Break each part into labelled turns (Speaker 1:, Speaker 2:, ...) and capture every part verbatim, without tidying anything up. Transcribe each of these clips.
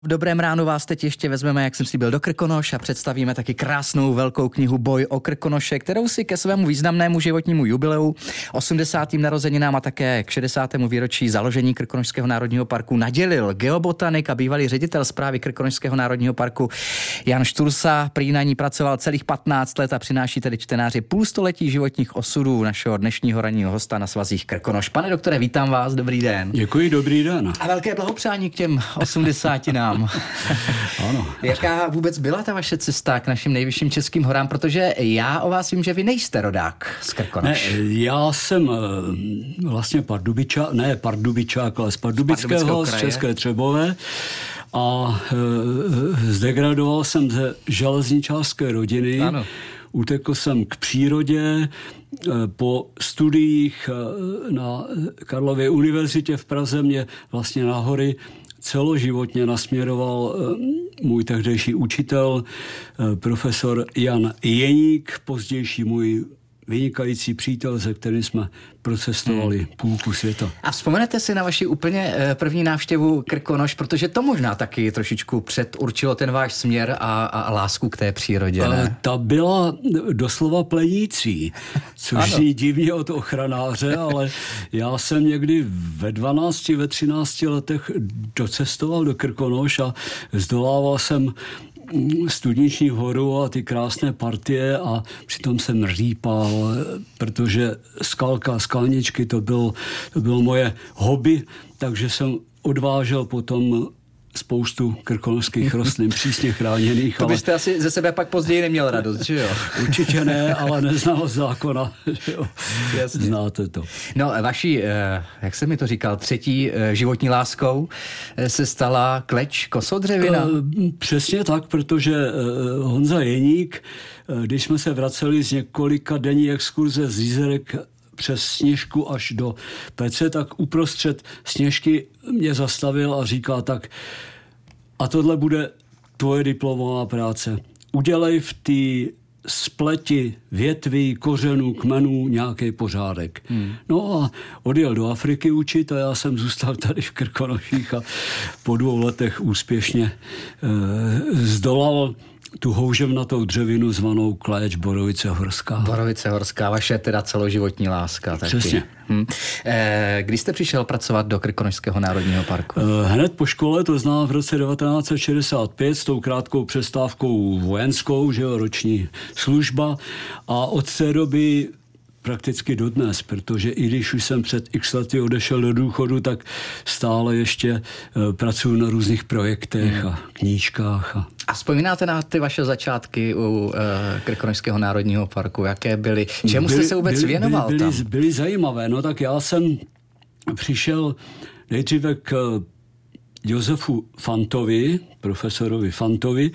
Speaker 1: V dobrém ránu vás teď ještě vezmeme, jak jsem slíbil, do Krkonoš a představíme taky krásnou velkou knihu Boj o Krkonoše, kterou si ke svému významnému životnímu jubileu, osmdesátým narozeninám a také k šedesátému výročí založení Krkonošského národního parku nadělil geobotanik a bývalý ředitel správy Krkonošského národního parku Jan Štursa. Prý na ní pracoval celých patnáct let a přináší tedy čtenáři půlstoletí životních osudů našeho dnešního ranního hosta na svazích Krkonoš. Pane doktore, vítám vás, dobrý den.
Speaker 2: Děkuji, dobrý den.
Speaker 1: A velké blahopřání k těm osmdesátinám.
Speaker 2: Ano.
Speaker 1: Jaká vůbec byla ta vaše cesta k našim nejvyšším českým horám? Protože já o vás vím, že vy nejste rodák z Krkonoš.
Speaker 2: Ne, já jsem vlastně pardubičák, ne pardubičák, ale z Pardubického, z, z České Třebové. A e, zdegradoval jsem ze železničářské rodiny.
Speaker 1: Ano.
Speaker 2: Utekl jsem k přírodě. Po studiích na Karlově univerzitě v Praze mě vlastně na hory celoživotně nasměroval můj tehdejší učitel, profesor Jan Jeník, pozdější můj vynikající přítel, se kterým jsme procestovali hmm. půlku světa.
Speaker 1: A vzpomenete si na vaši úplně první návštěvu Krkonoš, protože to možná taky trošičku předurčilo ten váš směr a, a lásku k té přírodě, ne?
Speaker 2: Ta byla doslova plenící, což zní divně od ochranáře, ale já jsem někdy ve dvanácti, ve třinácti letech docestoval do Krkonoš a zdolával jsem Studniční horu a ty krásné partie a přitom jsem rýpal, protože skalka, skalničky, to bylo, to bylo moje hobby, takže jsem odvážel potom spoustu krkonošských rostlin přísně chráněných.
Speaker 1: To byste ale asi ze sebe pak později neměl radost, že jo?
Speaker 2: Určitě ne, ale neznal zákona, že jo? Jasně. Znáte to.
Speaker 1: No, vaší, jak jsem mi to říkal, třetí životní láskou se stala kleč kosodřevina.
Speaker 2: Přesně tak, protože Honza Jeník, když jsme se vraceli z několika denní exkurze z Jízerek přes Sněžku až do Pece, tak uprostřed Sněžky mě zastavil a říká tak: a tohle bude tvoje diplomová práce. Udělej v té spleti větví, kořenů, kmenů nějaký pořádek. Hmm. No a odjel do Afriky učit a já jsem zůstal tady v Krkonoších a po dvou letech úspěšně eh, zdolal tu houževnatou dřevinu zvanou kleč Borovice horská.
Speaker 1: Borovice horská, vaše teda celoživotní láska. Taky.
Speaker 2: Přesně.
Speaker 1: Hm. E, kdy jste přišel pracovat do Krkonošského národního parku?
Speaker 2: E, hned po škole, to znamená v roce devatenáct set šedesát pět, s tou krátkou přestávkou vojenskou, že jo, roční služba, a od té doby prakticky dodnes, protože i když už jsem před x lety odešel do důchodu, tak stále ještě e, pracuji na různých projektech hmm. a knížkách. A...
Speaker 1: a vzpomínáte na ty vaše začátky u e, Krkonošského národního parku? Jaké byly? Čemu jste
Speaker 2: byly,
Speaker 1: se vůbec
Speaker 2: byly,
Speaker 1: věnoval
Speaker 2: byly,
Speaker 1: tam?
Speaker 2: Byly, byly zajímavé. No tak já jsem přišel nejdříve k Josefu Fantovi, profesorovi Fantovi,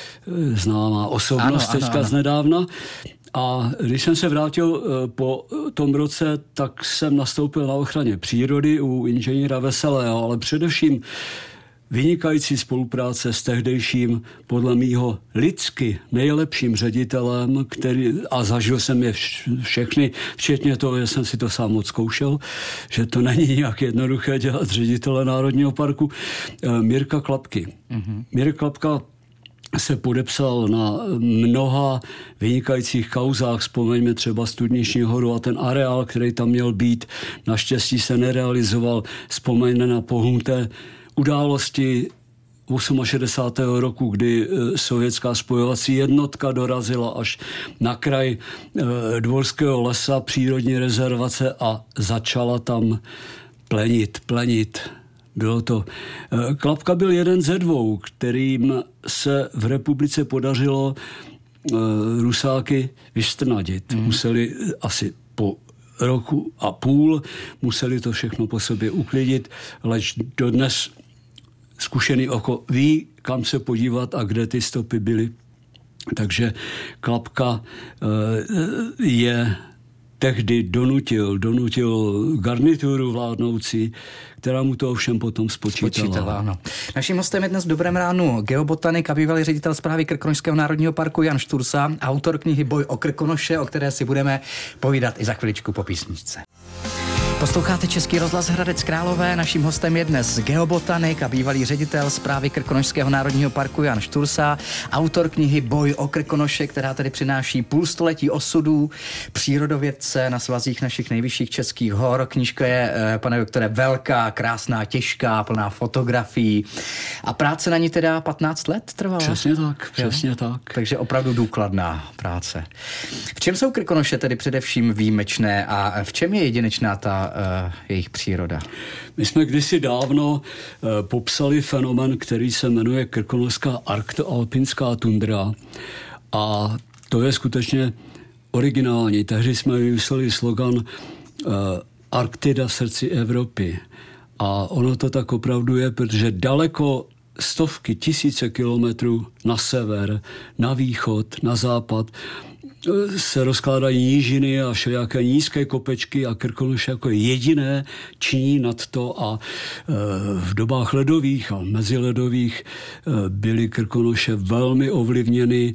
Speaker 2: známá osobnost ano, teďka ano, ano. znedávna. A když jsem se vrátil po tom roce, tak jsem nastoupil na ochraně přírody u inženýra Veselého, ale především vynikající spolupráce s tehdejším, podle mýho lidsky nejlepším ředitelem, který, a zažil jsem je všechny, včetně toho, že jsem si to sám odzkoušel, že to není nějak jednoduché dělat ředitele Národního parku, Mirka Klapky. Mm-hmm. Mirka Klapka se podepsal na mnoha vynikajících kauzách, vzpomeňme třeba Studniční horu a ten areál, který tam měl být, naštěstí se nerealizoval, vzpomeňme na pohnuté události šedesátého osmého roku, kdy sovětská spojovací jednotka dorazila až na kraj Dvorského lesa, přírodní rezervace, a začala tam plenit, plenit. Bylo to. Klapka byl jeden ze dvou, kterým se v republice podařilo uh, Rusáky vystrnadit. Mm. Museli asi po roku a půl, museli to všechno po sobě uklidit, leč dodnes zkušený oko ví, kam se podívat a kde ty stopy byly. Takže Klapka uh, je tehdy donutil, donutil garnituru vládnoucí, která mu to ovšem potom spočítala.
Speaker 1: spočítala ano. Naším hostem je dnes v dobrém ránu geobotanik a bývalý ředitel správy Krkonošského národního parku Jan Štursa, autor knihy Boj o Krkonoše, o které si budeme povídat i za chviličku po písničce. Posloucháte Český rozhlas Hradec Králové. Naším hostem je dnes geobotanik a bývalý ředitel Správy Krkonošského národního parku Jan Štursa, autor knihy Boj o Krkonoše, která tady přináší půlstoletí osudů přírodovědce na svazích našich nejvyšších českých hor. Knížka je, pane doktore, velká, krásná, těžká, plná fotografií. A práce na ní teda patnáct let trvala?
Speaker 2: Přesně tak, přesně jo? tak.
Speaker 1: Takže opravdu důkladná práce. V čem jsou Krkonoše tedy především výjimečné a v čem je jedinečná ta uh, jejich příroda?
Speaker 2: My jsme kdysi dávno uh, popsali fenomén, který se jmenuje krkonošská arktoalpinská tundra a to je skutečně originální. Tehdy jsme vymysleli slogan uh, Arktida v srdci Evropy a ono to tak opravdu je, protože daleko stovky, tisíce kilometrů na sever, na východ, na západ se rozkládají nížiny a všelijaké nízké kopečky a Krkonoše jako jediné činí nad to a v dobách ledových a meziledových byly Krkonoše velmi ovlivněny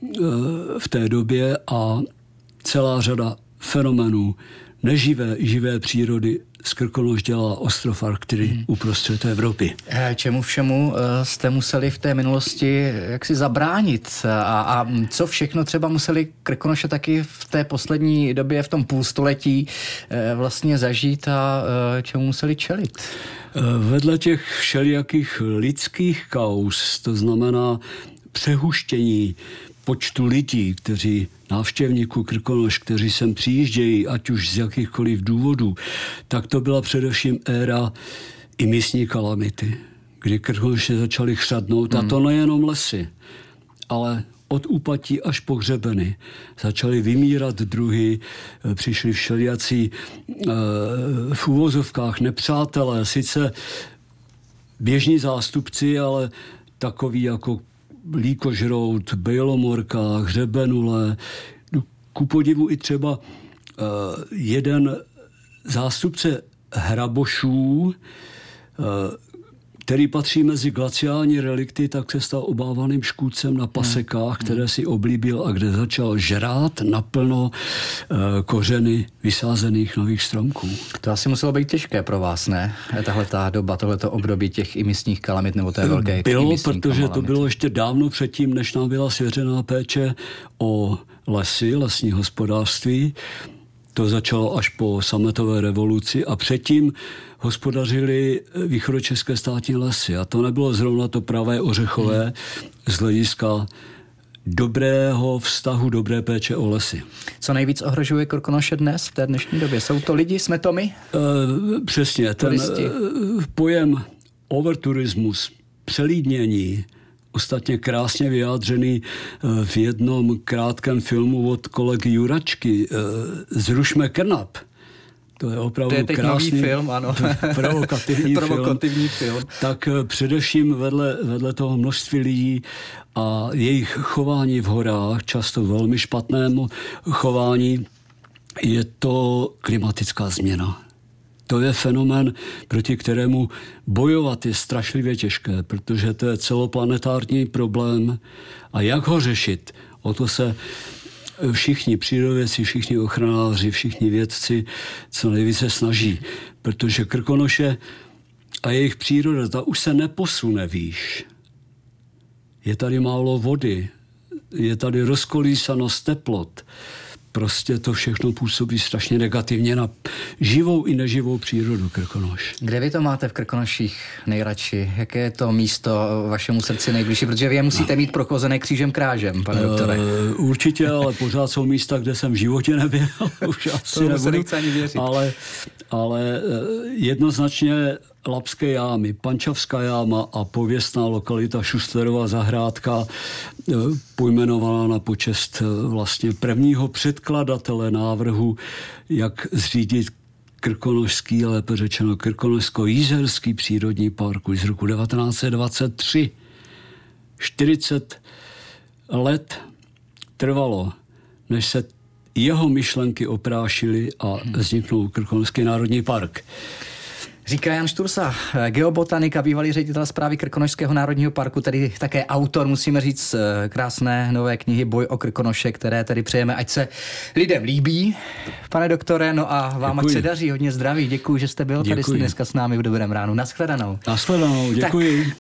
Speaker 2: v té době a celá řada fenomenů neživé i živé přírody z Krkonoš dělala ostrov Arktidy hmm. uprostřed Evropy.
Speaker 1: Čemu všemu jste museli v té minulosti jaksi zabránit? A, a co všechno třeba museli Krkonoše taky v té poslední době, v tom půlstoletí vlastně zažít a čemu museli čelit?
Speaker 2: Vedle těch všelijakých lidských kauz, to znamená přehuštění počtu lidí, kteří návštěvníků Krkonoš, kteří sem přijíždějí, ať už z jakýchkoliv důvodů, tak to byla především éra i místní kalamity, kdy Krkonoše začaly chřadnout, hmm. a to nejenom lesy, ale od úpatí až po hřebeny. Začaly vymírat druhy, přišli všelijací v úvozovkách nepřátelé, sice běžní zástupci, ale takový jako líkožrout, bejlomorka, hřebenule. Ku podivu i třeba uh, jeden zástupce hrabošů, uh, který patří mezi glaciální relikty, tak se stal obávaným škůdcem na pasekách, které si oblíbil a kde začal žrát naplno uh, kořeny vysázených nových stromků.
Speaker 1: To asi muselo být těžké pro vás, ne? Tahleta doba, tohleto období těch imisních kalamit nebo té velké
Speaker 2: Bylo, protože kalamity. To bylo ještě dávno předtím, než nám byla svěřená péče o lesy, lesní hospodářství. To začalo až po sametové revoluci a předtím hospodařili východočeské státní lesy. A to nebylo zrovna to pravé ořechové hmm. z hlediska dobrého vztahu, dobré péče o lesy.
Speaker 1: Co nejvíc ohrožuje Krkonoše dnes, v té dnešní době? Jsou to lidi, jsme to my?
Speaker 2: E, přesně. Turisti. Ten pojem overturismus, přelídnění, ostatně krásně vyjádřený v jednom krátkém filmu od kolegy Juračky Zrušme Krnap. To je opravdu
Speaker 1: to je
Speaker 2: krásný
Speaker 1: film, ano.
Speaker 2: provokativní,
Speaker 1: provokativní film.
Speaker 2: film. Tak především vedle, vedle toho množství lidí a jejich chování v horách, často velmi špatnému chování, je to klimatická změna. To je fenomén, proti kterému bojovat je strašlivě těžké, protože to je celoplanetární problém a jak ho řešit, o to se všichni přírodovědci, všichni ochranáři, všichni vědci co nejvíce snaží, protože Krkonoše a jejich příroda, ta už se neposune výš. Je tady málo vody, je tady rozkolísanost teplot. Prostě to všechno působí strašně negativně na živou i neživou přírodu Krkonoš.
Speaker 1: Kde vy to máte v Krkonoších nejradši? Jaké je to místo vašemu srdci nejbližší? Protože vy je musíte mít prochozené křížem krážem, pane doktore.
Speaker 2: Uh, určitě, ale pořád jsou místa, kde jsem v životě nebyl. Už asi
Speaker 1: to
Speaker 2: nebudu,
Speaker 1: ani věřit.
Speaker 2: Ale, ale jednoznačně Lapské jámy, Pančavská jáma a pověstná lokalita Šustlerova zahrádka, pojmenovaná na počest vlastně prvního předkladatele návrhu, jak zřídit krkonošský, lépe řečeno Krkonošsko-Jízerský přírodní park už z roku devatenáct set dvacet tři. čtyřicet let trvalo, než se jeho myšlenky oprášily a vzniknul Krkonošský národní park.
Speaker 1: Říká Jan Štursa, geobotanik a bývalý ředitel správy Krkonošského národního parku, tedy také autor, musíme říct, krásné nové knihy Boj o Krkonoše, které tedy přejeme, ať se lidem líbí, pane doktore, no a vám děkuji. Ať se daří, hodně zdraví, děkuji, že jste byl děkuji. Tady dneska s námi v Dobrém ránu. Naschledanou.
Speaker 2: Naschledanou, děkuji.
Speaker 1: Tak